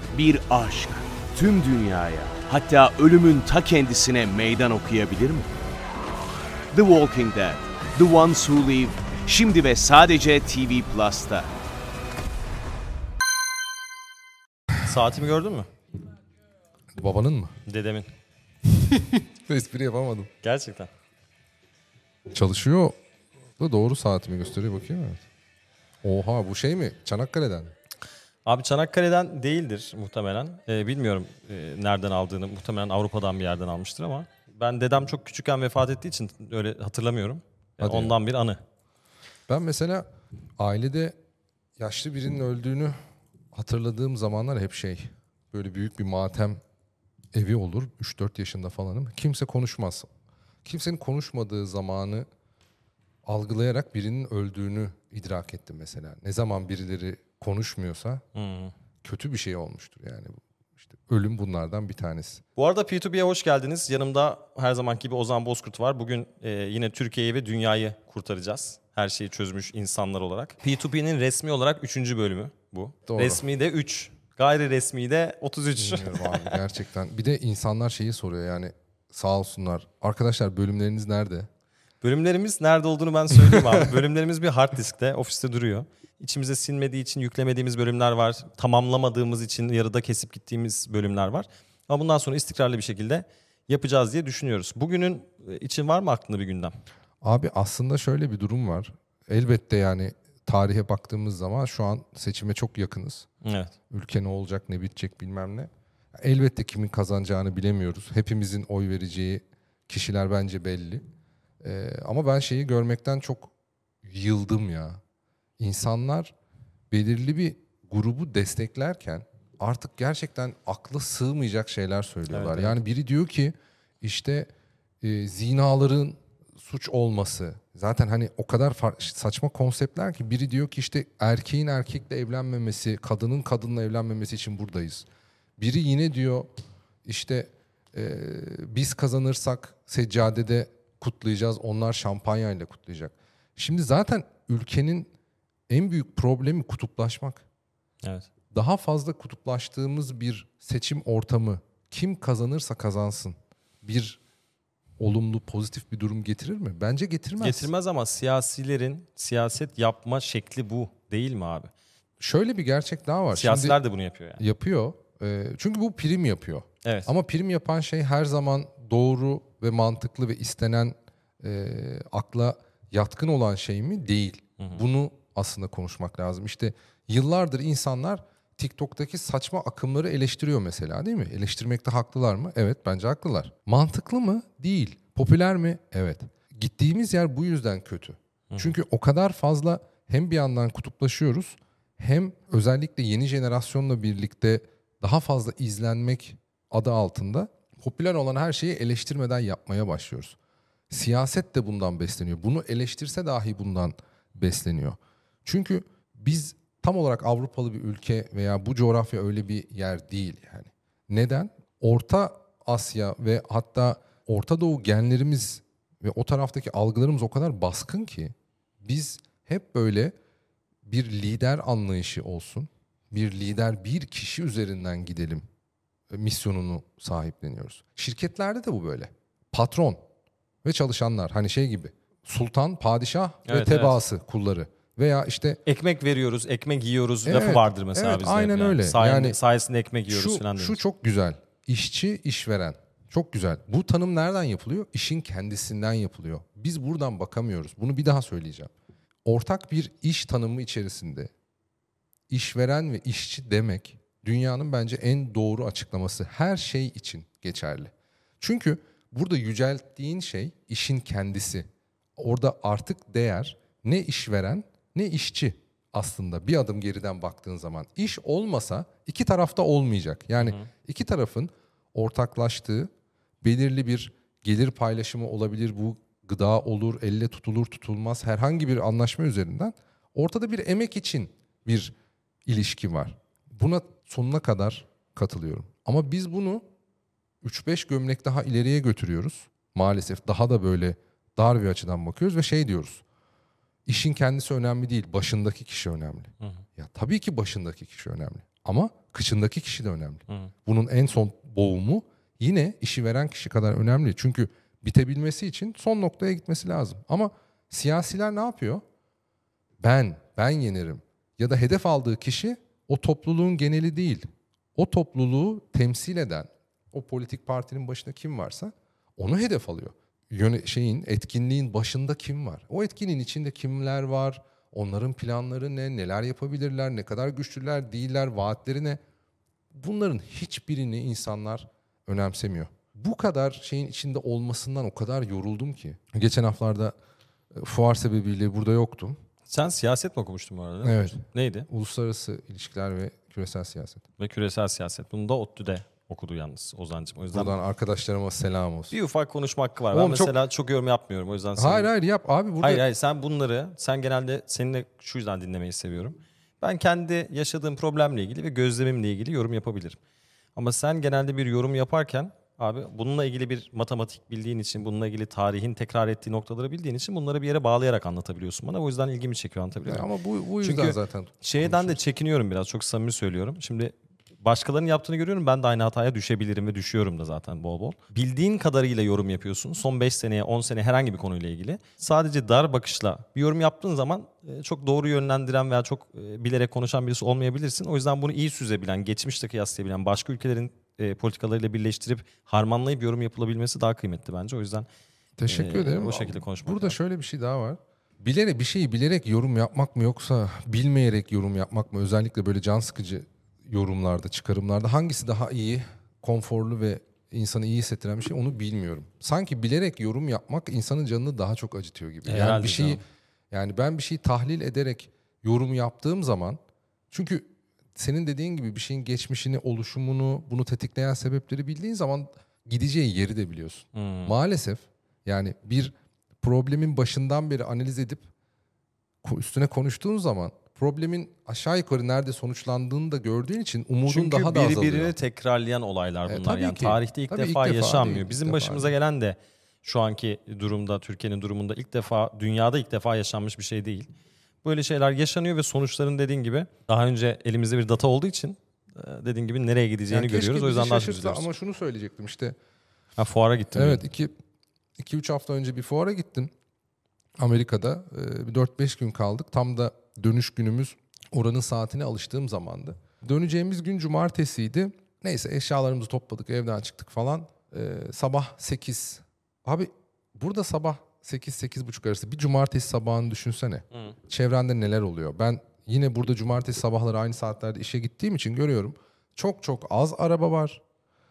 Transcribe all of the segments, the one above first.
Bir aşk tüm dünyaya, hatta ölümün ta kendisine meydan okuyabilir mi? The Walking Dead, The Ones Who Live, şimdi ve sadece TV Plus'ta. Saatimi gördün mü? Babanın mı? Dedemin. Espri yapamadım. Gerçekten. Çalışıyor da doğru saatimi gösteriyor, bakayım, evet. Oha, bu şey mi? Çanakkale'den. Abi Çanakkale'den değildir muhtemelen. Bilmiyorum nereden aldığını. Muhtemelen Avrupa'dan bir yerden almıştır ama ben dedem çok küçükken vefat ettiği için öyle hatırlamıyorum. Ondan bir anı. Ben mesela ailede yaşlı birinin öldüğünü hatırladığım zamanlar hep böyle büyük bir matem evi olur. 3-4 yaşında falanım. Kimse konuşmaz. Kimsenin konuşmadığı zamanı algılayarak birinin öldüğünü idrak ettim mesela. Ne zaman birileri konuşmuyorsa kötü bir şey olmuştur yani. İşte ölüm bunlardan bir tanesi. Bu arada P2B'ye hoş geldiniz. Yanımda her zamanki gibi Ozan Bozkurt var. Bugün yine Türkiye'yi ve dünyayı kurtaracağız. Her şeyi çözmüş insanlar olarak. P2B'nin resmi olarak 3. bölümü bu. Doğru. Resmi de 3. Gayri resmi de 33. Bilmiyorum abi, gerçekten. Bir de insanlar şeyi soruyor yani, sağ olsunlar. Arkadaşlar, bölümleriniz nerede? Bölümlerimiz nerede olduğunu ben söyleyeyim abi. Bölümlerimiz bir hard diskte, ofiste duruyor. İçimize sinmediği için yüklemediğimiz bölümler var. Tamamlamadığımız için yarıda kesip gittiğimiz bölümler var. Ama bundan sonra istikrarlı bir şekilde yapacağız diye düşünüyoruz. Bugünün için var mı aklında bir gündem? Abi aslında şöyle bir durum var. Elbette yani tarihe baktığımız zaman şu an seçime çok yakınız. Evet. Ülke ne olacak, ne bitecek bilmem ne. Elbette kimin kazanacağını bilemiyoruz. Hepimizin oy vereceği kişiler bence belli. Ama ben şeyi görmekten çok yıldım ya. İnsanlar belirli bir grubu desteklerken artık gerçekten akla sığmayacak şeyler söylüyorlar. Evet. Yani biri diyor ki işte zinaların suç olması. Zaten hani o kadar saçma konseptler ki, biri diyor ki işte erkeğin erkekle evlenmemesi, kadının kadınla evlenmemesi için buradayız. Biri yine diyor işte biz kazanırsak seccadede kutlayacağız, onlar şampanyayla kutlayacak. Şimdi zaten ülkenin en büyük problemi kutuplaşmak. Evet. Daha fazla kutuplaştığımız bir seçim ortamı, kim kazanırsa kazansın, bir olumlu, pozitif bir durum getirir mi? Bence getirmez. Getirmez ama siyasilerin siyaset yapma şekli bu değil mi abi? Şöyle bir gerçek daha var. Siyasiler Şimdi de bunu yapıyor yani. yapıyor. Çünkü bu prim yapıyor. Evet. Ama prim yapan şey her zaman doğru ve mantıklı ve istenen, akla yatkın olan şey mi? Değil. Bunu aslında konuşmak lazım. İşte yıllardır insanlar TikTok'taki saçma akımları eleştiriyor mesela, değil mi? Eleştirmekte haklılar mı? Evet, bence haklılar. Mantıklı mı? Değil. Popüler mi? Evet. Gittiğimiz yer bu yüzden kötü. Çünkü o kadar fazla hem bir yandan kutuplaşıyoruz, hem özellikle yeni jenerasyonla birlikte daha fazla izlenmek adı altında popüler olan her şeyi eleştirmeden yapmaya başlıyoruz. Siyaset de bundan besleniyor. Bunu eleştirse dahi bundan besleniyor. Çünkü biz tam olarak Avrupalı bir ülke veya bu coğrafya öyle bir yer değil yani. Neden? Orta Asya ve hatta Orta Doğu genlerimiz ve o taraftaki algılarımız o kadar baskın ki biz hep böyle bir lider anlayışı olsun, bir lider, bir kişi üzerinden gidelim misyonunu sahipleniyoruz. Şirketlerde de bu böyle. Patron ve çalışanlar, hani şey gibi, sultan, padişah ve tebaası, kulları. Veya işte ekmek veriyoruz, ekmek yiyoruz lafı vardır mesela evet, bizde. aynen yani. öyle. Yani sayesinde ekmek yiyoruz falan Şu demiş. çok güzel. İşçi, işveren. Çok güzel. Bu tanım nereden yapılıyor? İşin kendisinden yapılıyor. Biz buradan bakamıyoruz. Bunu bir daha söyleyeceğim. Ortak bir iş tanımı içerisinde işveren ve işçi demek dünyanın bence en doğru açıklaması. Her şey için geçerli. Çünkü burada yücelttiğin şey işin kendisi. Orada artık değer ne işveren ne işçi aslında, bir adım geriden baktığın zaman. İş olmasa iki tarafta olmayacak. Yani iki tarafın ortaklaştığı belirli bir gelir paylaşımı olabilir. Bu gıda olur, elle tutulur tutulmaz herhangi bir anlaşma üzerinden ortada bir emek için bir ilişki var. Buna sonuna kadar katılıyorum. Ama biz bunu 3-5 gömlek daha ileriye götürüyoruz. Maalesef daha da böyle dar bir açıdan bakıyoruz ve şey diyoruz. İşin kendisi önemli değil, başındaki kişi önemli. Ya tabii ki başındaki kişi önemli. Ama kıçındaki kişi de önemli. Bunun en son boğumu yine işi veren kişi kadar önemli. Çünkü bitebilmesi için son noktaya gitmesi lazım. Ama siyasiler ne yapıyor? Ben yenerim. Ya da hedef aldığı kişi o topluluğun geneli değil. O topluluğu temsil eden o politik partinin başında kim varsa onu hedef alıyor. Etkinliğin başında kim var? O etkinliğin içinde kimler var? Onların planları ne? Neler yapabilirler? Ne kadar güçlüler değiller? Vaatleri ne? Bunların hiçbirini insanlar önemsemiyor. Bu kadar şeyin içinde olmasından o kadar yoruldum ki. Geçen haftalarda fuar sebebiyle burada yoktum. Sen siyaset mi okumuştun bu arada? Evet. Neydi? Uluslararası ilişkiler ve küresel siyaset. Ve küresel siyaset. Bunu da ODTÜ'de okudu yalnız Ozan'cığım. O yüzden Buradan arkadaşlarıma selam olsun. bir ufak konuşma hakkı var. Oğlum Ben mesela çok yorum yapmıyorum. O yüzden Hayır yap abi burada. Hayır sen genelde seninle şu yüzden dinlemeyi seviyorum. Ben kendi yaşadığım problemle ilgili ve gözlemimle ilgili yorum yapabilirim. Ama sen genelde bir yorum yaparken abi bununla ilgili bir matematik bildiğin için, bununla ilgili tarihin tekrar ettiği noktaları bildiğin için bunları bir yere bağlayarak anlatabiliyorsun bana. O yüzden ilgimi çekiyor, anlatabiliyor muyum? Ama bu yüzden Çünkü zaten. şeyden de çekiniyorum biraz, çok samimi söylüyorum. Şimdi başkalarının yaptığını görüyorum, ben de aynı hataya düşebilirim ve düşüyorum da zaten bol bol. Bildiğin kadarıyla yorum yapıyorsun. Son 5 seneye 10 sene herhangi bir konuyla ilgili. Sadece dar bakışla bir yorum yaptığın zaman çok doğru yönlendiren veya çok bilerek konuşan birisi olmayabilirsin. O yüzden bunu iyi süzebilen, geçmişte kıyaslayabilen, başka ülkelerin politikalarıyla birleştirip harmanlayıp yorum yapılabilmesi daha kıymetli bence. O yüzden Teşekkür ederim. o şekilde konuşmak Burada lazım. şöyle bir şey daha var. Bir şeyi bilerek yorum yapmak mı yoksa bilmeyerek yorum yapmak mı? Özellikle böyle can sıkıcı yorumlarda, çıkarımlarda hangisi daha iyi, konforlu ve insanı iyi hissettiren bir şey onu bilmiyorum. Sanki bilerek yorum yapmak insanın canını daha çok acıtıyor gibi. Yani Herhalde bir şeyi canım. yani ben bir şeyi tahlil ederek yorum yaptığım zaman, çünkü senin dediğin gibi bir şeyin geçmişini, oluşumunu, bunu tetikleyen sebepleri bildiğin zaman gideceği yeri de biliyorsun. Maalesef yani bir problemin başından beri analiz edip üstüne konuştuğun zaman problemin aşağı yukarı nerede sonuçlandığını da gördüğün için umudun Çünkü daha da azalıyor. birbirini tekrarlayan olaylar bunlar. tabii Yani ki. tarihte ilk Tabii defa ilk defa yaşanmıyor. değil, ilk Bizim defa başımıza değil. gelen de şu anki durumda, Türkiye'nin durumunda ilk defa, dünyada ilk defa yaşanmış bir şey değil. Böyle şeyler yaşanıyor ve sonuçların dediğin gibi daha önce elimizde bir data olduğu için dediğin gibi nereye gideceğini Yani görüyoruz. keşke O yüzden bizi daha şaşırtsa üzülüyoruz. ama şunu söyleyecektim işte. Fuara gittim. Evet 2-3 hafta önce bir fuara gittim. Amerika'da 4-5 gün kaldık. Tam da dönüş günümüz oranın saatine alıştığım zamandı. Döneceğimiz gün cumartesiydi. Neyse eşyalarımızı topladık, evden çıktık falan. Sabah 8. Abi burada sabah 8-8.30 arası bir cumartesi sabahını düşünsene. Çevrende neler oluyor? Ben yine burada cumartesi sabahları aynı saatlerde işe gittiğim için görüyorum. Çok çok az araba var.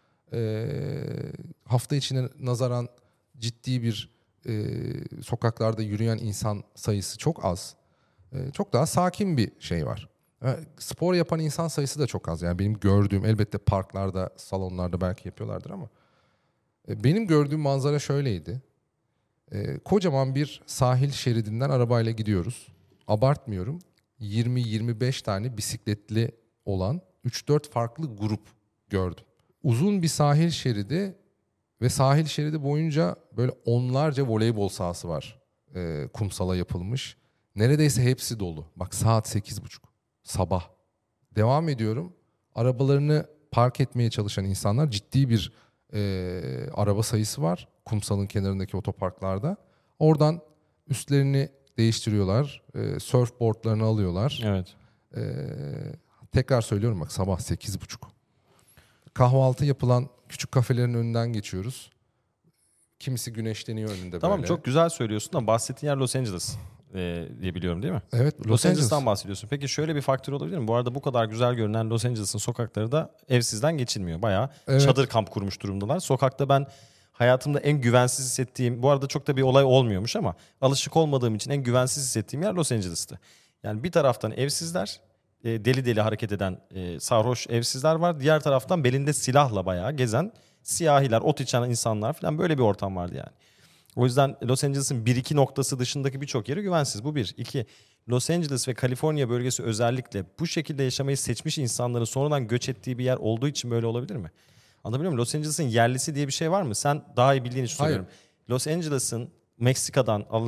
Hafta içine nazaran ciddi bir sokaklarda yürüyen insan sayısı çok az. Çok daha sakin bir şey var. Spor yapan insan sayısı da çok az. Yani benim gördüğüm, elbette parklarda, salonlarda belki yapıyorlardır ama benim gördüğüm manzara şöyleydi. Kocaman bir sahil şeridinden arabayla gidiyoruz. Abartmıyorum. 20-25 tane bisikletli olan 3-4 farklı grup gördüm. Uzun bir sahil şeridi ve sahil şeridi boyunca böyle onlarca voleybol sahası var. Kumsala yapılmış. Neredeyse hepsi dolu. Bak saat 8.30 sabah. Devam ediyorum. Arabalarını park etmeye çalışan insanlar, ciddi bir araba sayısı var kumsalın kenarındaki otoparklarda. Oradan üstlerini değiştiriyorlar. Surfboardlarını alıyorlar. Evet. Tekrar söylüyorum bak sabah 8.30. Kahvaltı yapılan küçük kafelerin önünden geçiyoruz. Kimisi güneşleniyor önünde Tamam böyle. çok güzel söylüyorsun ama bahsettiğin yer Los Angeles diye biliyorum değil mi? Evet, Los Angeles'tan bahsediyorsun. Peki şöyle bir faktör olabilir mi? Bu arada bu kadar güzel görünen Los Angeles'ın sokakları da evsizden geçilmiyor. Bayağı çadır kamp kurmuş durumdalar. Sokakta ben hayatımda en güvensiz hissettiğim, bu arada çok da bir olay olmuyormuş ama alışık olmadığım için en güvensiz hissettiğim yer Los Angeles'tı. Yani bir taraftan evsizler, deli deli hareket eden sarhoş evsizler var. Diğer taraftan belinde silahla bayağı gezen siyahiler, ot içen insanlar falan, böyle bir ortam vardı yani. O yüzden Los Angeles'ın 1-2 noktası dışındaki birçok yeri güvensiz. Bu bir. 2. Los Angeles ve Kaliforniya bölgesi özellikle bu şekilde yaşamayı seçmiş insanların sonradan göç ettiği bir yer olduğu için böyle olabilir mi? Anlatabiliyor muyum? Los Angeles'ın yerlisi diye bir şey var mı? Sen daha iyi bildiğin için soruyorum. Los Angeles'ın Meksika'dan alınıp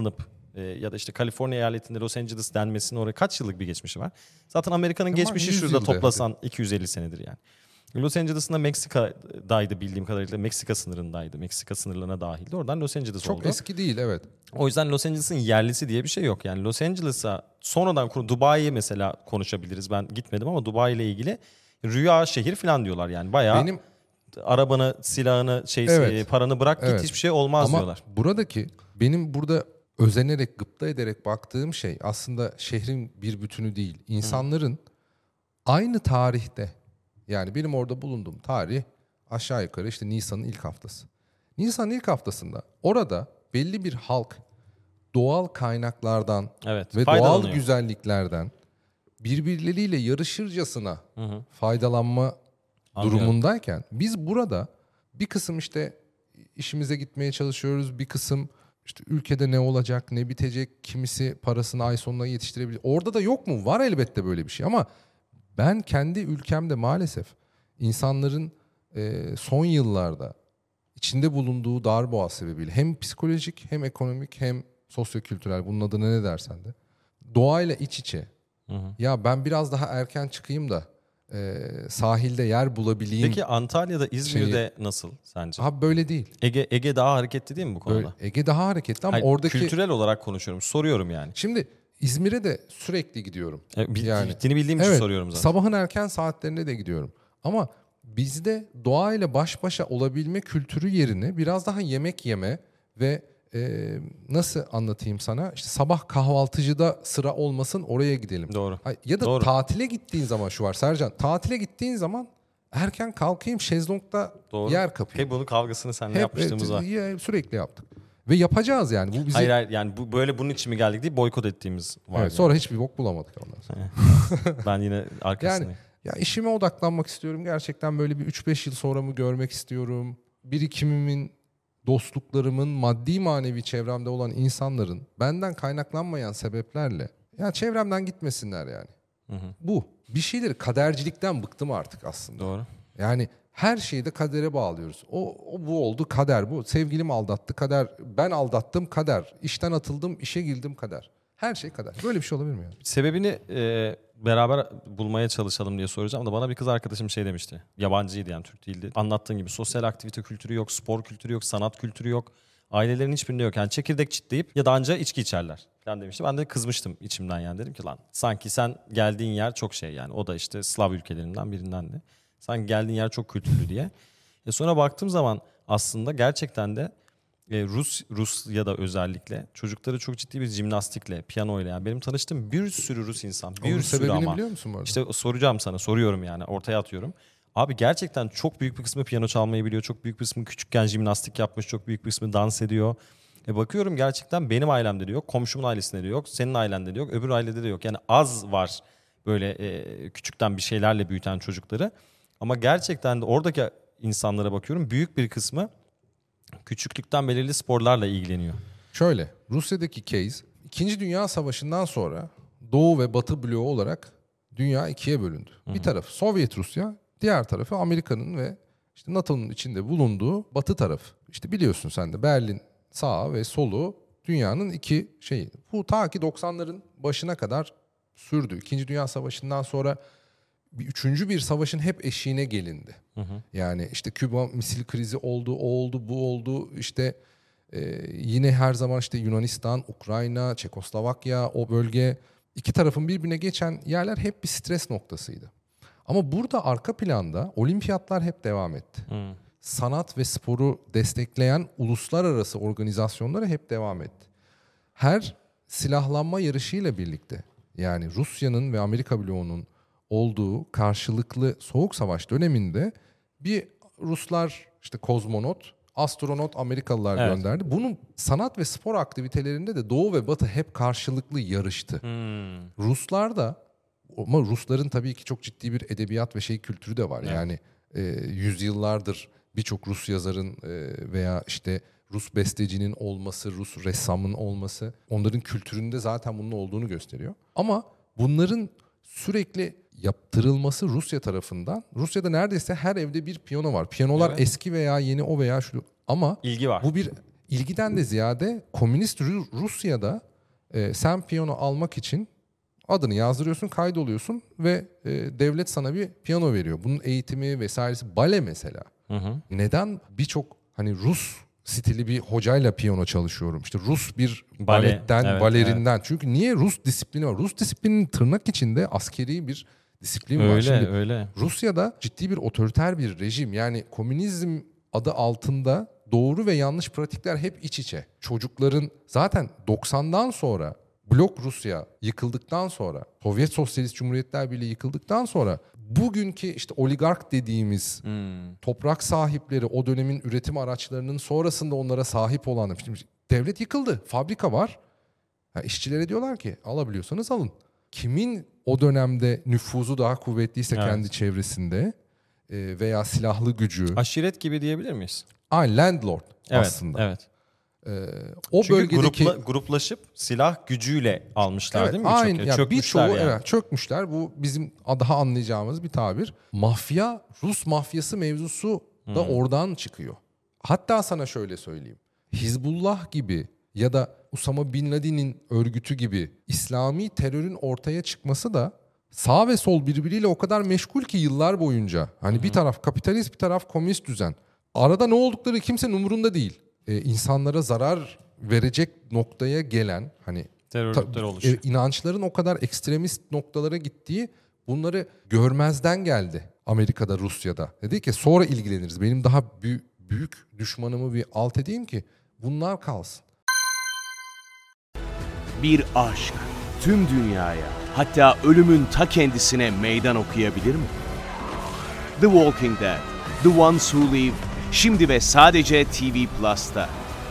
ya da işte Kaliforniya eyaletinde Los Angeles denmesinin oraya kaç yıllık bir geçmişi var. Zaten Amerika'nın geçmişi 100 şurada yılda toplasan 250 senedir yani. Los Angeles'ında Meksika'daydı bildiğim kadarıyla. Meksika sınırındaydı. Meksika sınırlarına dahildi. Oradan Los Angeles Çok oldu. eski değil, evet. O yüzden Los Angeles'ın yerlisi diye bir şey yok. Yani Los Angeles'a sonradan Dubai'yi mesela konuşabiliriz. Ben gitmedim ama Dubai ile ilgili rüya şehir falan diyorlar yani. Bayağı Benim arabanı, silahını, Evet. paranı bırak git Evet. hiçbir şey olmaz ama diyorlar. buradaki benim burada özenerek, gıpta ederek baktığım şey aslında şehrin bir bütünü değil. İnsanların aynı tarihte, yani benim orada bulunduğum tarih aşağı yukarı işte Nisan'ın ilk haftası. Nisan'ın ilk haftasında orada belli bir halk doğal kaynaklardan Evet, ve faydalanıyor. doğal güzelliklerden birbirleriyle yarışırcasına faydalanma Anlıyorum. durumundayken biz burada bir kısım işte işimize gitmeye çalışıyoruz, bir kısım işte ülkede ne olacak, ne bitecek, kimisi parasını ay sonuna yetiştirebilir. Orada da yok mu? Var elbette böyle bir şey ama ben kendi ülkemde maalesef insanların son yıllarda içinde bulunduğu darboğaz sebebiyle hem psikolojik hem ekonomik hem sosyokültürel, bunun adına ne dersen de, doğayla iç içe. Ya ben biraz daha erken çıkayım da sahilde yer bulabileyim. Peki Antalya'da, İzmir'de nasıl sence? Abi böyle değil. Ege daha hareketli değil mi bu konuda? Böyle, Ege daha hareketli ama Hayır, oradaki... kültürel olarak konuşuyorum. Soruyorum yani. Şimdi İzmir'e de sürekli gidiyorum. Gittiğini bildiğim için Evet, soruyorum zaten. sabahın erken saatlerinde de gidiyorum. Ama bizde doğayla baş başa olabilme kültürü yerine biraz daha yemek yeme ve nasıl anlatayım sana? İşte sabah kahvaltıcıda sıra olmasın, oraya gidelim. Doğru. Ya da Doğru. tatile gittiğin zaman şu var Sercan. Tatile gittiğin zaman erken kalkayım, şezlongda Doğru. yer kapayım. Bunun kavgasını seninle yapmışlığımız var. Sürekli yaptık. Ve yapacağız yani. Bu bizi... Hayır yani böyle bunun için mi geldik değil, boykot ettiğimiz var. Evet, yani. sonra hiçbir bok bulamadık ondan sonra. Ben yine arkasındayım. Ya işime odaklanmak istiyorum. Gerçekten böyle bir 3-5 yıl sonra mı görmek istiyorum. Birikimimin, dostluklarımın, maddi manevi çevremde olan insanların benden kaynaklanmayan sebeplerle ya çevremden gitmesinler yani. Bu. Bir şeyleri kadercilikten bıktım artık aslında. Doğru. Yani her şeyi de kadere bağlıyoruz. O bu oldu, kader bu. Sevgilim aldattı, kader. Ben aldattım, kader. İşten atıldım, işe girdim, kader. Her şey kader. Böyle bir şey olabilir mi ya? Sebebini beraber bulmaya çalışalım diye soracağım da bana bir kız arkadaşım şey demişti. Yabancıydı yani, Türk değildi. Anlattığın gibi sosyal aktivite kültürü yok, spor kültürü yok, sanat kültürü yok. Ailelerin hiçbirinde yok. Yani çekirdek çitleyip ya da anca içki içerler falan demişti. Ben de kızmıştım içimden yani, dedim ki lan sanki sen geldiğin yer çok şey yani. O da işte Slav ülkelerinden birindendi. Sanki geldiğin yer çok kültürlü diye. Sonra baktığım zaman aslında gerçekten de Rusya'da özellikle çocukları çok ciddi bir jimnastikle, piyanoyla, yani benim tanıştığım bir sürü Rus insan, bir Onun sürü sebebini ama. biliyor musun bu arada? İşte soracağım sana, soruyorum yani, ortaya atıyorum. Abi gerçekten çok büyük bir kısmı piyano çalmayı biliyor, çok büyük bir kısmı küçükken jimnastik yapmış, çok büyük bir kısmı dans ediyor. Bakıyorum gerçekten benim ailemde de yok, komşumun ailesinde de yok, senin ailende de yok, öbür ailede de yok. Yani az var böyle küçükten bir şeylerle büyüten çocukları. Ama gerçekten de oradaki insanlara bakıyorum, büyük bir kısmı küçüklükten belirli sporlarla ilgileniyor. Şöyle, Rusya'daki case, 2. Dünya Savaşı'ndan sonra Doğu ve Batı bloğu olarak dünya ikiye bölündü. Bir tarafı Sovyet Rusya, diğer tarafı Amerika'nın ve işte NATO'nun içinde bulunduğu Batı tarafı. İşte biliyorsun sen de, Berlin sağı ve solu dünyanın iki şeyi. Bu ta ki 90'ların başına kadar sürdü. 2. Dünya Savaşı'ndan sonra üçüncü bir savaşın hep eşiğine gelindi. Yani işte Küba misil krizi oldu, o oldu, bu oldu. İşte yine her zaman işte Yunanistan, Ukrayna, Çekoslovakya, o bölge, iki tarafın birbirine geçen yerler hep bir stres noktasıydı. Ama burada arka planda olimpiyatlar hep devam etti. Sanat ve sporu destekleyen uluslararası organizasyonları hep devam etti. Her silahlanma yarışıyla birlikte, yani Rusya'nın ve Amerika bloğunun olduğu karşılıklı soğuk savaş döneminde bir Ruslar işte kozmonot, astronot Amerikalılar gönderdi. Bunun sanat ve spor aktivitelerinde de Doğu ve Batı hep karşılıklı yarıştı. Ruslar da, ama Rusların tabii ki çok ciddi bir edebiyat ve kültürü de var. Evet. Yani yüzyıllardır birçok Rus yazarın veya işte Rus bestecinin olması, Rus ressamın olması onların kültüründe zaten bunun olduğunu gösteriyor. Ama bunların sürekli yaptırılması Rusya tarafından. Rusya'da neredeyse her evde bir piyano var. Piyanolar eski veya yeni, o veya şu. Ama ilgi var. Bu bir ilgiden de ziyade komünist Rusya'da Sen piyano almak için adını yazdırıyorsun, kaydoluyorsun ve devlet sana bir piyano veriyor. Bunun eğitimi vesairesi, bale mesela. Neden birçok hani Rus stili bir hocayla piyano çalışıyorum? İşte Rus bir baletten, evet, balerinden. Evet. Çünkü niye? Rus disiplini var. Rus disiplinin tırnak içinde askeri bir disiplin var. Şimdi öyle. Rusya'da ciddi bir otoriter bir rejim. Yani komünizm adı altında doğru ve yanlış pratikler hep iç içe. Çocukların zaten 90'dan sonra Blok Rusya yıkıldıktan sonra, Sovyet Sosyalist Cumhuriyetler Birliği yıkıldıktan sonra bugünkü işte oligark dediğimiz toprak sahipleri, o dönemin üretim araçlarının sonrasında onlara sahip olan, şimdi devlet yıkıldı, fabrika var. Yani işçilere diyorlar ki alabiliyorsanız alın. Kimin o dönemde nüfuzu daha kuvvetliyse kendi çevresinde veya silahlı gücü. Aşiret gibi diyebilir miyiz? Landlord aslında. Evet. O çünkü bölgedeki gruplaşıp silah gücüyle almışlar, evet, değil mi? Aynı. Yani çökmüşler birçoğu yani. Evet, çökmüşler. Bu bizim daha anlayacağımız bir tabir. Mafya, Rus mafyası mevzusu da oradan çıkıyor. Hatta sana şöyle söyleyeyim. Hizbullah gibi ya da Usama Bin Laden'in örgütü gibi İslami terörün ortaya çıkması da sağ ve sol birbiriyle o kadar meşgul ki yıllar boyunca. Hani bir taraf kapitalist, bir taraf komünist düzen. Arada ne oldukları kimsenin umurunda değil. İnsanlara zarar verecek noktaya gelen hani teröristler oluşuyor. İnançların o kadar ekstremist noktalara gittiği, bunları görmezden geldi Amerika'da, Rusya'da. Dedi ki sonra ilgileniriz. Benim daha büyük düşmanımı bir alt edeyim ki bunlar kalsın. Bir aşk tüm dünyaya, hatta ölümün ta kendisine meydan okuyabilir mi? The Walking Dead, The Ones Who Live, şimdi ve sadece TV Plus'ta.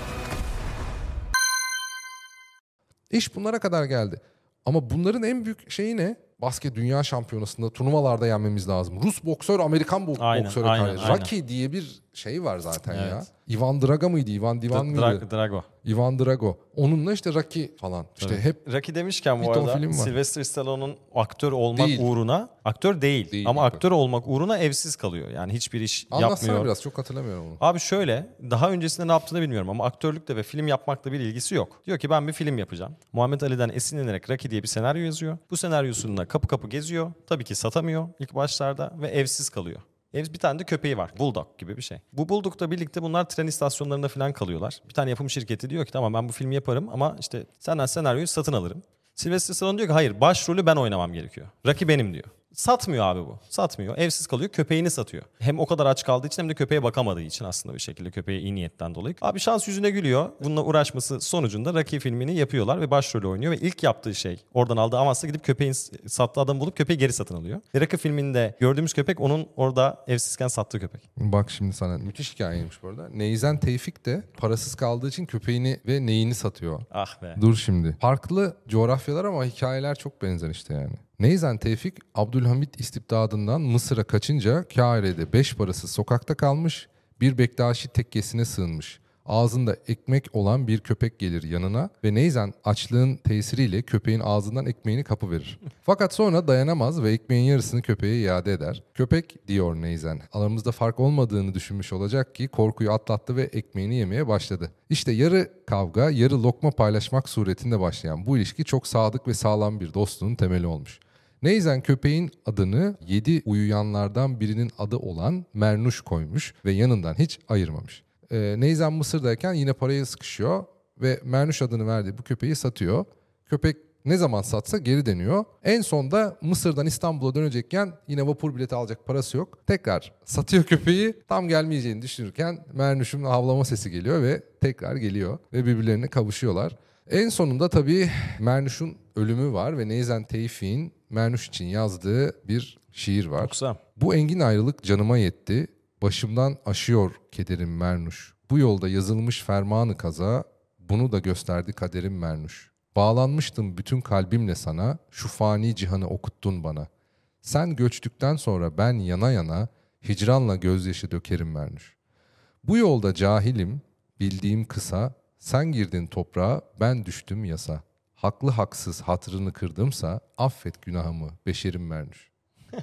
İş bunlara kadar geldi. Ama bunların en büyük şeyi ne? Basket dünya şampiyonasında turnuvalarda yenmemiz lazım. Rus boksör Amerikan boksöre karşı. Rocky diye bir şey var zaten ya. Ivan Drago mıydı? Ivan Divan mıydı? Drago. Ivan Drago. Onunla işte Rocky falan. İşte hep Rocky demişken bu bir ton arada film var. Sylvester Stallone'un aktör olmak uğruna, aktör değil ama aktör olmak uğruna evsiz kalıyor. Yani hiçbir iş Anlatsana yapmıyor. biraz, çok hatırlamıyorum onu. Abi şöyle, daha öncesinde ne yaptığını bilmiyorum ama aktörlükle ve film yapmakla bir ilgisi yok. Diyor ki ben bir film yapacağım. Muhammed Ali'den esinlenerek Rocky diye bir senaryo yazıyor. Bu senaryosunda kapı kapı geziyor. Tabii ki satamıyor ilk başlarda ve evsiz kalıyor. Bir tane de köpeği var. Bulldog gibi bir şey. Bu Bulldog'la birlikte bunlar tren istasyonlarında falan kalıyorlar. Bir tane yapım şirketi diyor ki tamam ben bu filmi yaparım ama işte senden senaryoyu satın alırım. Sylvester Stallone diyor ki hayır, başrolü ben oynamam gerekiyor. Rocky benim diyor. Satmıyor abi bu. Satmıyor. Evsiz kalıyor. Köpeğini satıyor. Hem o kadar aç kaldığı için hem de köpeğe bakamadığı için aslında bir şekilde, köpeğe iyi niyetten dolayı. Abi şans yüzüne gülüyor. Bununla uğraşması sonucunda Rocky filmini yapıyorlar ve başrolü oynuyor ve ilk yaptığı şey oradan aldığı avansla gidip köpeğin sattığı adamı bulup köpeği geri satın alıyor. Ve Rocky filminde gördüğümüz köpek onun orada evsizken sattığı köpek. Bak şimdi sana müthiş hikayeymiş bu arada. Neyzen Tevfik de parasız kaldığı için köpeğini ve neyini satıyor. Ah be. Dur şimdi. Farklı coğrafyalar ama hikayeler çok benzer işte yani. Neyzen Tevfik, Abdülhamit istibdadından Mısır'a kaçınca Kahire'de 5 parasız sokakta kalmış, bir Bektaşi tekkesine sığınmış. Ağzında ekmek olan bir köpek gelir yanına ve Neyzen açlığın tesiriyle köpeğin ağzından ekmeğini kapıverir. Fakat sonra dayanamaz ve ekmeğin yarısını köpeğe iade eder. Köpek, diyor Neyzen, aramızda fark olmadığını düşünmüş olacak ki korkuyu atlattı ve ekmeğini yemeye başladı. İşte yarı kavga, yarı lokma paylaşmak suretinde başlayan bu ilişki çok sadık ve sağlam bir dostluğun temeli olmuş. Neyzen köpeğin adını 7 uyuyanlardan birinin adı olan Mernuş koymuş ve yanından hiç ayırmamış. Neyzen Mısır'dayken yine paraya sıkışıyor ve Mernuş adını verdiği bu köpeği satıyor. Köpek ne zaman satsa geri dönüyor. En sonda Mısır'dan İstanbul'a dönecekken yine vapur bileti alacak parası yok. Tekrar satıyor köpeği. Tam gelmeyeceğini düşünürken Mernuş'un havlama sesi geliyor ve tekrar geliyor ve birbirlerine kavuşuyorlar. En sonunda tabii Mernuş'un ölümü var ve Neyzen Tevfik'in Mernuş için yazdığı bir şiir var. Yoksa Bu engin ayrılık canıma yetti. Başımdan aşıyor kederim Mernuş. Bu yolda yazılmış fermanı kaza, bunu da gösterdi kaderim Mernuş. Bağlanmıştım bütün kalbimle sana, şu fani cihanı okuttun bana. Sen göçtükten sonra ben yana yana, hicranla gözyaşı dökerim Mernuş. Bu yolda cahilim, bildiğim kısa, sen girdin toprağa, ben düştüm yasa. Haklı haksız hatırını kırdımsa, affet günahımı beşerim Mernuş.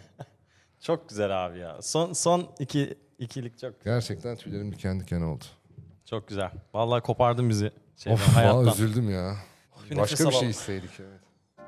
çok güzel abi ya. Son ikilik çok güzel. Gerçekten tüylerim diken diken oldu. Çok güzel. Vallahi kopardın bizi Of, hayattan. vallahi üzüldüm ya. Bir Başka nefes bir şey alalım. isteydik, evet.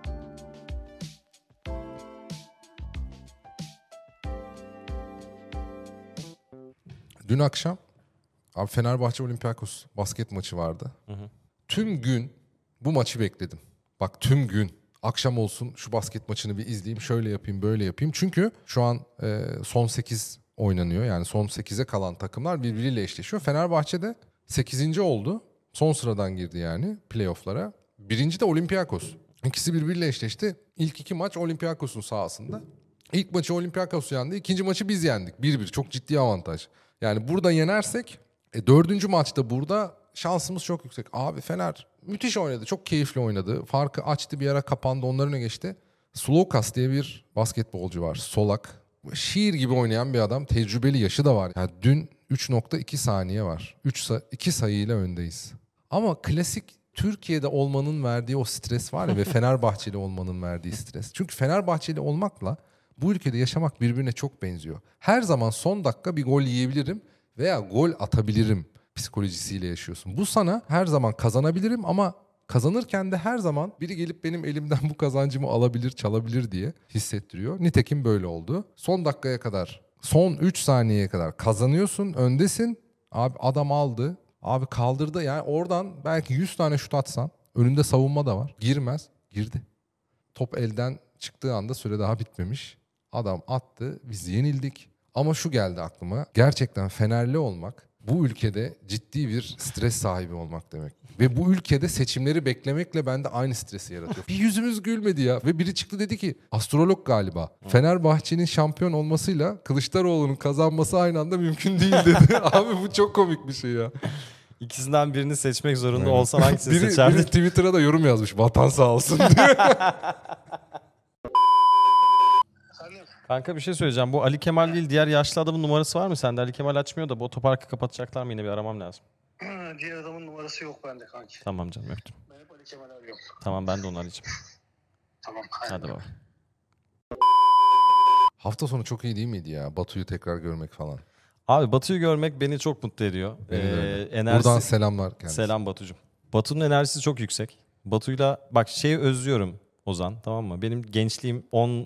Dün akşam abi Fenerbahçe Olympiakos basket maçı vardı. Tüm gün bu maçı bekledim. Bak tüm gün. Akşam olsun şu basket maçını bir izleyeyim. Şöyle yapayım, böyle yapayım. Çünkü şu an son 8 oynanıyor. Yani son 8'e kalan takımlar birbiriyle eşleşiyor. Fenerbahçe de 8. oldu. Son sıradan girdi yani playoff'lara. Birinci de Olympiakos. İkisi birbiriyle eşleşti. İlk 2 maç Olympiakos'un sahasında. İlk maçı Olympiakos yendi. İkinci maçı biz yendik. 1-1. Çok ciddi avantaj. Yani burada yenersek 4. maçta burada şansımız çok yüksek. Abi Fener müthiş oynadı. Çok keyifli oynadı. Farkı açtı, bir ara kapandı. Onlar öne geçti. Slokas diye bir basketbolcu var. Solak. Şiir gibi oynayan bir adam. Tecrübeli, yaşı da var. Yani dün 3.2 saniye var. 2 sayıyla öndeyiz. Ama klasik Türkiye'de olmanın verdiği o stres var ya ve Fenerbahçeli olmanın verdiği stres. Çünkü Fenerbahçeli olmakla bu ülkede yaşamak birbirine çok benziyor. Her zaman son dakika bir gol yiyebilirim veya gol atabilirim psikolojisiyle yaşıyorsun. Bu sana her zaman kazanabilirim ama kazanırken de her zaman biri gelip benim elimden bu kazancımı alabilir, çalabilir diye hissettiriyor. Nitekim böyle oldu. Son dakikaya kadar, son 3 saniyeye kadar kazanıyorsun, öndesin. Abi adam aldı, abi kaldırdı. Yani oradan belki 100 tane şut atsan, önünde savunma da var. Girmez, girdi. Top elden çıktığı anda süre daha bitmemiş. Adam attı, biz yenildik. Ama şu geldi aklıma. Gerçekten Fenerli olmak bu ülkede ciddi bir stres sahibi olmak demek. Ve bu ülkede seçimleri beklemekle bende aynı stresi yaratıyor. Bir yüzümüz gülmedi ya. Ve biri çıktı dedi ki, astrolog galiba. Fenerbahçe'nin şampiyon olmasıyla Kılıçdaroğlu'nun kazanması aynı anda mümkün değil dedi. Abi bu çok komik bir şey ya. İkisinden birini seçmek zorunda Aynen. olsan hangisini Biri seçerdin? Twitter'a da yorum yazmış. Vatan sağ olsun diye. Kanka bir şey söyleyeceğim. Bu Ali Kemal değil, diğer yaşlı adamın numarası var mı sende? Ali Kemal açmıyor da bu otoparkı kapatacaklar mı, yine bir aramam lazım. Diğer adamın numarası yok bende kanki. Tamam canım, öptüm. Ben hep Ali Kemal'i arıyorum. Tamam, ben de onu arayacağım. Tamam. Hadi baba. Hafta sonu çok iyi değil miydi ya? Batu'yu tekrar görmek falan. Abi Batu'yu görmek beni çok mutlu ediyor. Beni de öyle. Enerjisi... Buradan selamlar kendisine. Selam Batu'cum. Batu'nun enerjisi çok yüksek. Batu'yla bak şeyi özlüyorum Ozan, tamam mı? Benim gençliğim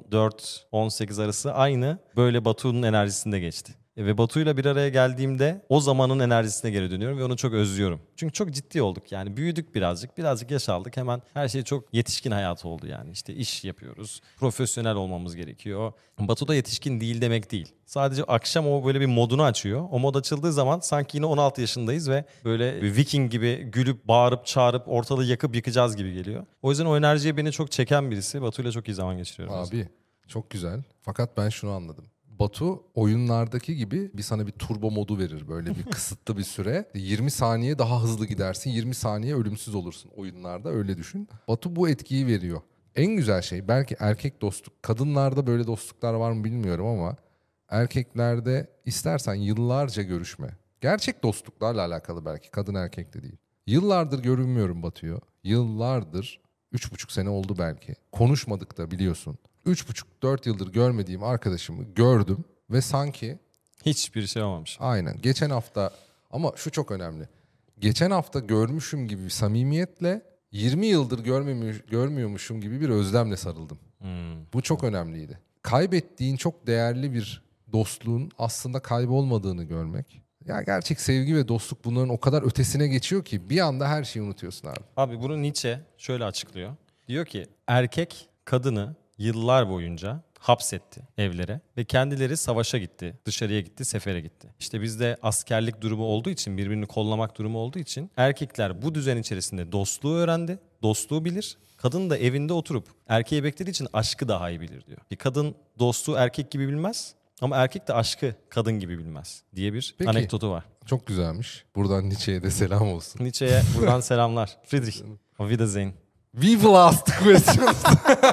14-18 arası aynı böyle Batu'nun enerjisinde geçti. Ve Batu'yla bir araya geldiğimde o zamanın enerjisine geri dönüyorum ve onu çok özlüyorum. Çünkü çok ciddi olduk yani, büyüdük birazcık yaş aldık, hemen her şey çok yetişkin hayatı oldu yani. İşte iş yapıyoruz, profesyonel olmamız gerekiyor. Batu da yetişkin değil demek değil. Sadece akşam o böyle bir modunu açıyor. O mod açıldığı zaman sanki yine 16 yaşındayız ve böyle bir Viking gibi gülüp bağırıp çağırıp ortalığı yakıp yıkacağız gibi geliyor. O yüzden o enerjiye beni çok çeken birisi. Batu'yla çok iyi zaman geçiriyorum. Abi çok güzel. Fakat ben şunu anladım. Batu oyunlardaki gibi sana bir turbo modu verir, böyle bir kısıtlı bir süre. 20 saniye daha hızlı gidersin, 20 saniye ölümsüz olursun oyunlarda, öyle düşün. Batu bu etkiyi veriyor. En güzel şey belki erkek dostluk. Kadınlarda böyle dostluklar var mı bilmiyorum ama erkeklerde istersen yıllarca görüşme. Gerçek dostluklarla alakalı belki, kadın erkek de değil. Yıllardır görünmüyorum Batu'yu. Yıllardır, 3,5 sene oldu belki. Konuşmadık da biliyorsun. 3,5-4 yıldır görmediğim arkadaşımı gördüm ve sanki... Hiçbir şey olmamış. Aynen. Geçen hafta, ama şu çok önemli. Geçen hafta görmüşüm gibi bir samimiyetle 20 yıldır görmüyormuşum gibi bir özlemle sarıldım. Bu çok önemliydi. Kaybettiğin çok değerli bir dostluğun aslında kaybolmadığını görmek. Ya gerçek sevgi ve dostluk bunların o kadar ötesine geçiyor ki bir anda her şeyi unutuyorsun abi. Abi bunu Nietzsche şöyle açıklıyor. Diyor ki erkek kadını yıllar boyunca hapsetti evlere ve kendileri savaşa gitti, dışarıya gitti, sefere gitti. İşte bizde askerlik durumu olduğu için, birbirini kollamak durumu olduğu için erkekler bu düzen içerisinde dostluğu öğrendi, dostluğu bilir. Kadın da evinde oturup erkeği beklediği için aşkı daha iyi bilir diyor. Bir kadın dostluğu erkek gibi bilmez ama erkek de aşkı kadın gibi bilmez diye bir anekdotu var. Çok güzelmiş. Buradan Nietzsche'ye de selam olsun. Nietzsche'ye buradan selamlar. Friedrich, auf Wiedersehen. We will ask the questions.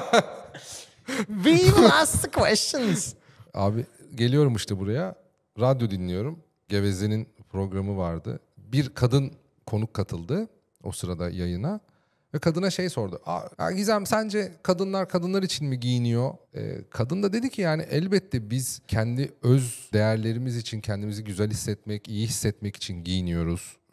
We will ask the questions. Abi geliyorum işte buraya. Radyo dinliyorum. Geveze'nin programı vardı. Bir kadın konuk katıldı o sırada yayına. Ve kadına şey sordu. Gizem, sence kadınlar için mi giyiniyor? Kadın da dedi ki yani elbette biz kendi öz değerlerimiz için, kendimizi güzel hissetmek, iyi hissetmek için giyiniyoruz.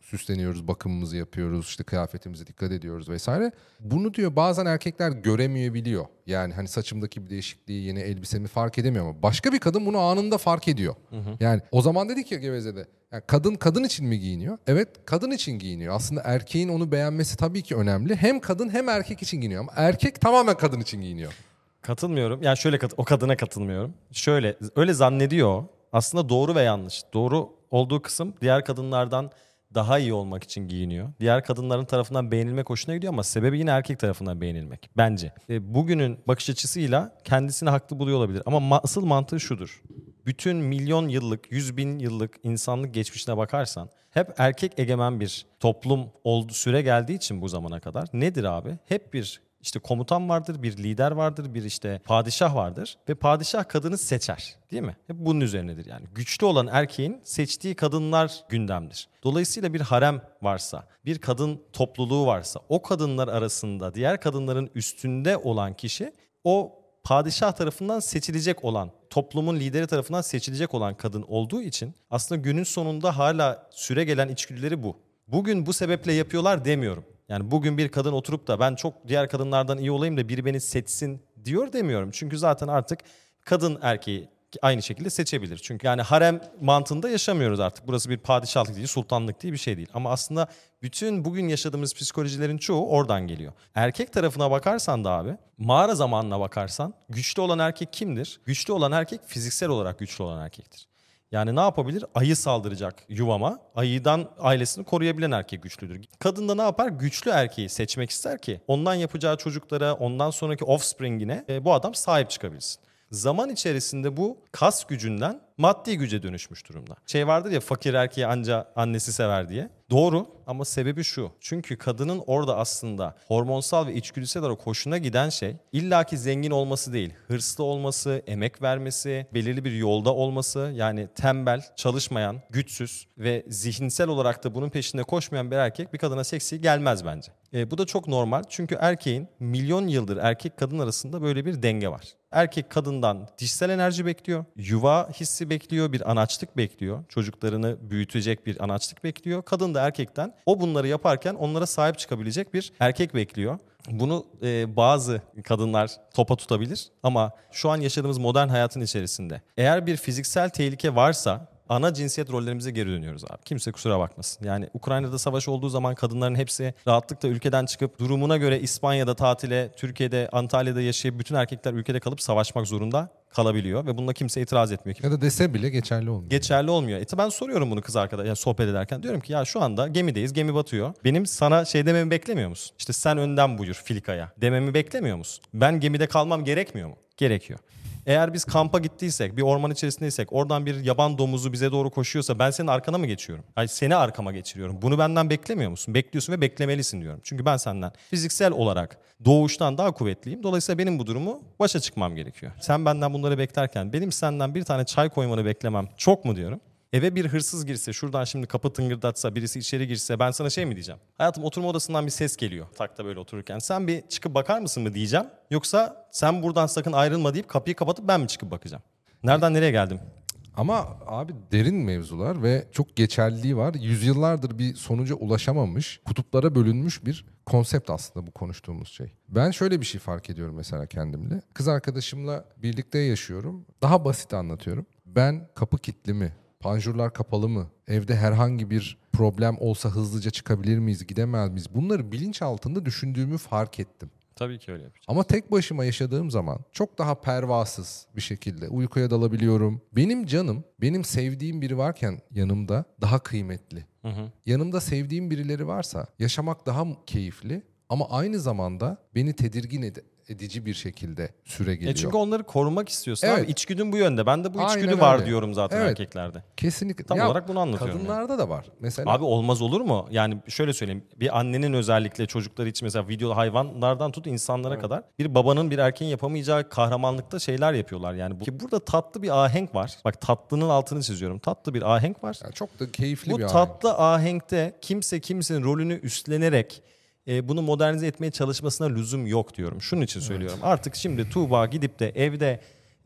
süsleniyoruz, bakımımızı yapıyoruz, işte kıyafetimize dikkat ediyoruz vesaire. Bunu diyor bazen erkekler göremeyebiliyor. Yani hani saçımdaki bir değişikliği, yeni elbisemi fark edemiyor ama başka bir kadın bunu anında fark ediyor. Yani o zaman dedik ya Geveze'de. Yani kadın için mi giyiniyor? Evet, kadın için giyiniyor. Aslında erkeğin onu beğenmesi tabii ki önemli. Hem kadın hem erkek için giyiniyor ama erkek tamamen kadın için giyiniyor. Katılmıyorum. Yani şöyle o kadına katılmıyorum. Şöyle öyle zannediyor. O. Aslında doğru ve yanlış. Doğru olduğu kısım diğer kadınlardan daha iyi olmak için giyiniyor. Diğer kadınların tarafından beğenilmek hoşuna gidiyor ama sebebi yine erkek tarafından beğenilmek bence. Bugünün bakış açısıyla kendisini haklı buluyor olabilir ama asıl mantığı şudur. Bütün milyon yıllık, 100.000 yıllık insanlık geçmişine bakarsan hep erkek egemen bir toplum süre geldiği için bu zamana kadar nedir abi? Hep bir işte komutan vardır, bir lider vardır, bir işte padişah vardır ve padişah kadını seçer, değil mi? Hep bunun üzerinedir yani. Güçlü olan erkeğin seçtiği kadınlar gündemdir. Dolayısıyla bir harem varsa, bir kadın topluluğu varsa, o kadınlar arasında diğer kadınların üstünde olan kişi o padişah tarafından seçilecek olan, toplumun lideri tarafından seçilecek olan kadın olduğu için aslında günün sonunda hala süre gelen içgüdüleri bu. Bugün bu sebeple yapıyorlar demiyorum. Yani bugün bir kadın oturup da ben çok diğer kadınlardan iyi olayım da biri beni seçsin diyor demiyorum. Çünkü zaten artık kadın erkeği aynı şekilde seçebilir. Çünkü yani harem mantığında yaşamıyoruz artık. Burası bir padişahlık değil, sultanlık değil bir şey değil. Ama aslında bütün bugün yaşadığımız psikolojilerin çoğu oradan geliyor. Erkek tarafına bakarsan da abi, mağara zamanına bakarsan güçlü olan erkek kimdir? Güçlü olan erkek fiziksel olarak güçlü olan erkektir. Yani ne yapabilir? Ayı saldıracak yuvama. Ayıdan ailesini koruyabilen erkek güçlüdür. Kadın da ne yapar? Güçlü erkeği seçmek ister ki ondan yapacağı çocuklara, ondan sonraki offspring'ine bu adam sahip çıkabilsin. Zaman içerisinde bu kas gücünden maddi güce dönüşmüş durumda. Şey vardır ya, fakir erkeği anca annesi sever diye. Doğru ama sebebi şu. Çünkü kadının orada aslında hormonsal ve içgüdüsel olarak hoşuna giden şey illaki zengin olması değil. Hırslı olması, emek vermesi, belirli bir yolda olması, yani tembel, çalışmayan, güçsüz ve zihinsel olarak da bunun peşinde koşmayan bir erkek bir kadına seksi gelmez bence. Bu da çok normal çünkü erkeğin milyon yıldır erkek kadın arasında böyle bir denge var. Erkek kadından dişsel enerji bekliyor, yuva hissi bekliyor, bir anaçlık bekliyor. Çocuklarını büyütecek bir anaçlık bekliyor. Kadın da erkekten o bunları yaparken onlara sahip çıkabilecek bir erkek bekliyor. Bunu bazı kadınlar topa tutabilir ama şu an yaşadığımız modern hayatın içerisinde eğer bir fiziksel tehlike varsa ana cinsiyet rollerimize geri dönüyoruz abi. Kimse kusura bakmasın. Yani Ukrayna'da savaş olduğu zaman kadınların hepsi rahatlıkla ülkeden çıkıp durumuna göre İspanya'da tatile, Türkiye'de, Antalya'da yaşayıp bütün erkekler ülkede kalıp savaşmak zorunda kalabiliyor ve bununla kimse itiraz etmiyor. Ya da dese bile geçerli olmuyor. Geçerli olmuyor. Ben soruyorum bunu kız arkadaş, yani sohbet ederken diyorum ki ya şu anda gemideyiz, gemi batıyor. Benim sana şey dememi beklemiyor musun? İşte sen önden buyur filikaya dememi beklemiyor musun? Ben gemide kalmam gerekmiyor mu? Gerekiyor. Eğer biz kampa gittiysek, bir orman içerisindeysek, oradan bir yaban domuzu bize doğru koşuyorsa ben senin arkana mı geçiyorum? Hayır, seni arkama geçiriyorum. Bunu benden beklemiyor musun? Bekliyorsun ve beklemelisin diyorum. Çünkü ben senden fiziksel olarak doğuştan daha kuvvetliyim. Dolayısıyla benim bu durumu başa çıkmam gerekiyor. Sen benden bunları beklerken benim senden bir tane çay koymanı beklemem çok mu diyorum? Eve bir hırsız girse, şuradan şimdi kapı tıngırdatsa, birisi içeri girse ben sana şey mi diyeceğim? Hayatım, oturma odasından bir ses geliyor takta böyle otururken. Sen bir çıkıp bakar mısın mı diyeceğim? Yoksa sen buradan sakın ayrılma deyip kapıyı kapatıp ben mi çıkıp bakacağım? Nereden nereye geldim? Ama abi derin mevzular ve çok geçerliliği var. Yüzyıllardır bir sonuca ulaşamamış, kutuplara bölünmüş bir konsept aslında bu konuştuğumuz şey. Ben şöyle bir şey fark ediyorum mesela kendimle. Kız arkadaşımla birlikte yaşıyorum. Daha basit anlatıyorum. Ben kapı kilitli mi? Panjurlar kapalı mı? Evde herhangi bir problem olsa hızlıca çıkabilir miyiz, gidemez miyiz? Bunları bilinç altında düşündüğümü fark ettim. Tabii ki öyle yapacağım. Ama tek başıma yaşadığım zaman çok daha pervasız bir şekilde uykuya dalabiliyorum. Benim canım, benim sevdiğim biri varken yanımda daha kıymetli. Yanımda sevdiğim birileri varsa yaşamak daha keyifli ama aynı zamanda beni tedirgin edici bir şekilde süre geliyor. Çünkü onları korumak istiyorsun Evet. abi. İçgüdün bu yönde. Ben de bu Aynen içgüdü var öyle. diyorum zaten Evet. erkeklerde. Kesinlikle. Tam olarak bunu anlatıyorum. Kadınlarda da var. Mesela Abi olmaz olur mu? Yani şöyle söyleyeyim. Bir annenin özellikle çocukları için mesela video hayvanlardan tut insanlara kadar bir babanın bir erkeğin yapamayacağı kahramanlıkta şeyler yapıyorlar. Yani ki burada tatlı bir ahenk var. Bak, tatlının altını çiziyorum. Tatlı bir ahenk var. yani çok da keyifli Bu bir tatlı ahenkte kimse kimsenin rolünü üstlenerek bunu modernize etmeye çalışmasına lüzum yok diyorum. Şunun için söylüyorum. Artık şimdi Tuğba gidip de evde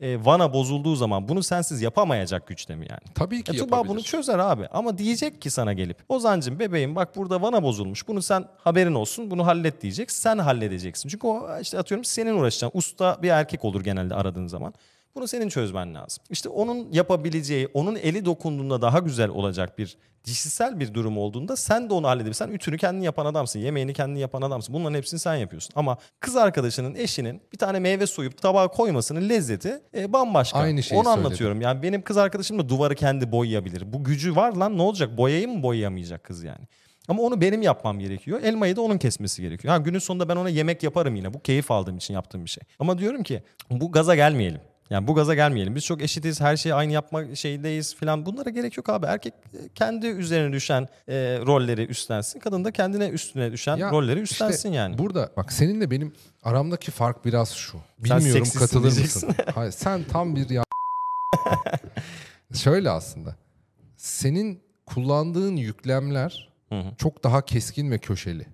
vana bozulduğu zaman bunu sensiz yapamayacak güçte mi yani? Tabii ki Tuğba yapabilir. bunu çözer abi ama diyecek ki sana gelip Ozan'cığım bebeğim bak burada vana bozulmuş. Bunu sen haberin olsun bunu hallet diyecek. Sen halledeceksin. Çünkü o işte atıyorum senin uğraşacağın usta bir erkek olur genelde aradığın zaman. Bunu senin çözmen lazım. İşte onun yapabileceği, onun eli dokunduğunda daha güzel olacak bir dişisel bir durum olduğunda sen de onu halledebilirsin. Sen ütünü kendin yapan adamsın, yemeğini kendin yapan adamsın. Bunların hepsini sen yapıyorsun. Ama kız arkadaşının, eşinin bir tane meyve soyup tabağa koymasının lezzeti bambaşka. Aynı şeyi onu söyledim. anlatıyorum. Yani benim kız arkadaşım da duvarı kendi boyayabilir. Bu gücü var lan ne olacak? Boyayı mı boyayamayacak kız yani? Ama onu benim yapmam gerekiyor. Elmayı da onun kesmesi gerekiyor. Ha, günün sonunda ben ona yemek yaparım yine. Bu keyif aldığım için yaptığım bir şey. Ama diyorum ki bu gaza gelmeyelim. Yani bu gaza gelmeyelim. Biz çok eşitiz, her şeyi aynı yapma şeydeyiz falan. Bunlara gerek yok abi. Erkek kendi üzerine düşen rolleri üstlensin. Kadın da kendine üstüne düşen Ya rolleri üstlensin işte yani. Burada bak seninle benim aramdaki fark biraz şu. Sen Bilmiyorum seksistsin katılır diyeceksin. mısın? Hayır, sen tam bir ya. Şöyle aslında. Senin kullandığın yüklemler çok daha keskin ve köşeli.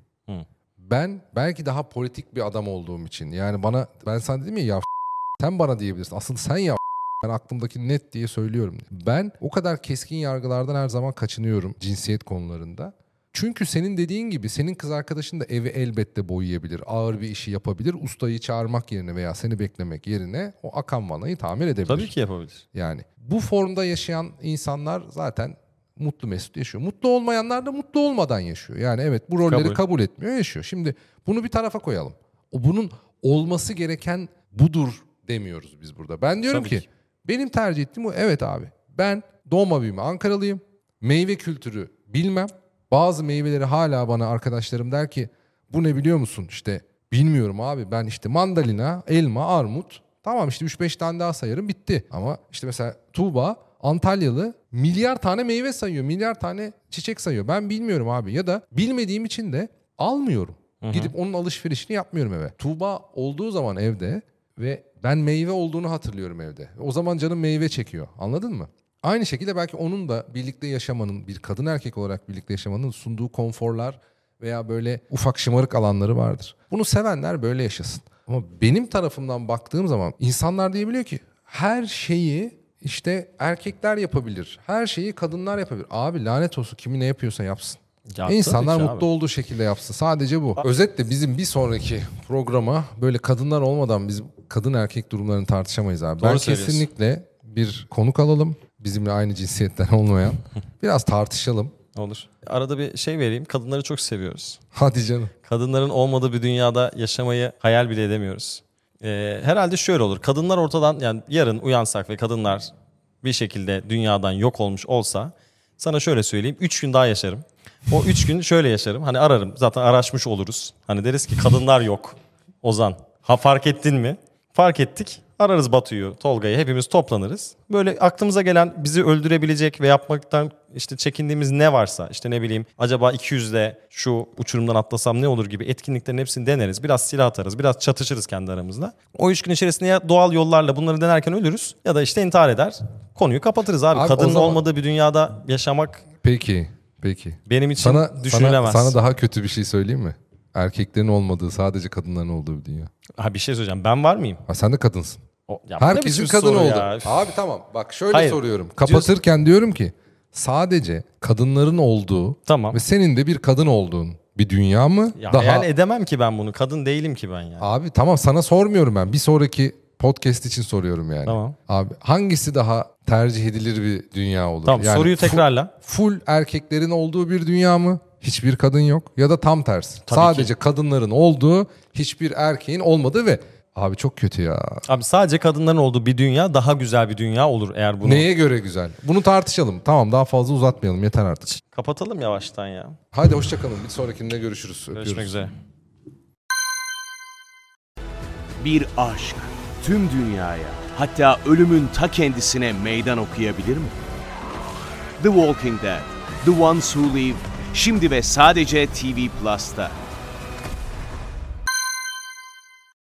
Ben belki daha politik bir adam olduğum için. Yani ben sana dedim ya sen bana diyebilirsin. Aslında sen ya ben aklımdaki net diye söylüyorum. Ben o kadar keskin yargılardan her zaman kaçınıyorum cinsiyet konularında. Çünkü senin dediğin gibi senin kız arkadaşın da evi elbette boyayabilir. Ağır bir işi yapabilir. Ustayı çağırmak yerine veya seni beklemek yerine o akan vanayı tamir edebilir. Tabii ki yapabilir. Yani bu formda yaşayan insanlar zaten mutlu mesut yaşıyor. Mutlu olmayanlar da mutlu olmadan yaşıyor. Yani evet bu rolleri kabul etmiyor, yaşıyor. Şimdi bunu bir tarafa koyalım. Bunun olması gereken budur demiyoruz biz burada. Ben diyorum Tabii ki benim tercih ettiğim bu. Evet abi ben doğma büyüme Ankaralıyım. Meyve kültürü bilmem. Bazı meyveleri hala bana arkadaşlarım der ki bu ne biliyor musun? İşte bilmiyorum abi ben işte mandalina, elma, armut. Tamam işte 3-5 tane daha sayarım bitti. Ama işte mesela Tuğba Antalyalı milyar tane meyve sayıyor. Milyar tane çiçek sayıyor. Ben bilmiyorum abi ya da bilmediğim için de almıyorum. Gidip onun alışverişini yapmıyorum eve. Tuğba olduğu zaman evde ve ben meyve olduğunu hatırlıyorum evde. O zaman canım meyve çekiyor. Anladın mı? Aynı şekilde belki onun da birlikte yaşamanın, bir kadın erkek olarak birlikte yaşamanın sunduğu konforlar veya böyle ufak şımarık alanları vardır. Bunu sevenler böyle yaşasın. Ama benim tarafımdan baktığım zaman insanlar diyebiliyor ki her şeyi işte erkekler yapabilir. Her şeyi kadınlar yapabilir. Abi lanet olsun kimi ne yapıyorsa yapsın. Ya İnsanlar mutlu abi. olduğu şekilde yapsın. Sadece bu. Özetle bizim bir sonraki programa böyle kadınlar olmadan biz kadın erkek durumlarını tartışamayız abi. Doğru Ben söylüyorsun. kesinlikle bir konuk alalım. Bizimle aynı cinsiyetten olmayan. Biraz tartışalım. Olur. Arada bir şey vereyim. Kadınları çok seviyoruz. Hadi canım. Kadınların olmadığı bir dünyada yaşamayı hayal bile edemiyoruz. Herhalde şöyle olur. Kadınlar ortadan yani yarın uyansak ve kadınlar bir şekilde dünyadan yok olmuş olsa sana şöyle söyleyeyim. 3 gün daha yaşarım. O 3 gün şöyle yaşarım. Hani ararım. Zaten araşmış oluruz. Hani deriz ki kadınlar yok. Ozan. Ha fark ettin mi? Fark ettik. Ararız Batu'yu, Tolga'yı. Hepimiz toplanırız. Böyle aklımıza gelen bizi öldürebilecek ve yapmaktan işte çekindiğimiz ne varsa işte ne bileyim acaba 200'de şu uçurumdan atlasam ne olur gibi etkinliklerin hepsini deneriz. Biraz silah atarız. Biraz çatışırız kendi aramızda. O 3 gün içerisinde ya doğal yollarla bunları denerken ölürüz ya da işte intihar eder. Konuyu kapatırız abi. Abi Kadının o zaman- olmadığı bir dünyada yaşamak Peki. benim için düşünülemez. Sana daha kötü bir şey söyleyeyim mi? Erkeklerin olmadığı, sadece kadınların olduğu bir dünya. Ha bir şey söyleyeceğim. Ben var mıyım? Ha, sen de kadınsın. Ya bu ne Herkesin biçim kadın soru oldu. ya? Üf. Abi tamam bak şöyle Hayır. soruyorum. Kapatırken diyorum ki sadece kadınların olduğu Tamam. ve senin de bir kadın olduğun bir dünya mı? Ya Daha hayal edemem ki ben bunu. Kadın değilim ki ben ya. Abi tamam sana sormuyorum ben. Bir sonraki podcast için soruyorum yani. Tamam. Abi hangisi daha tercih edilir bir dünya olur? Tamam Yani soruyu tekrarla. Full erkeklerin olduğu bir dünya mı? Hiçbir kadın yok. Ya da tam tersi. Tabii Sadece kadınların olduğu, hiçbir erkeğin olmadığı ve abi çok kötü ya. Abi sadece kadınların olduğu bir dünya daha güzel bir dünya olur eğer bunu. Neye göre güzel? Bunu tartışalım. Tamam daha fazla uzatmayalım. Yeter artık. Kapatalım yavaştan ya. Hadi hoşçakalın. Bir sonrakinde görüşürüz. Görüşmek Öpüyoruz. üzere. Bir aşk tüm dünyaya, hatta ölümün ta kendisine meydan okuyabilir mi? The Walking Dead, The Ones Who Live, şimdi ve sadece TV Plus'ta.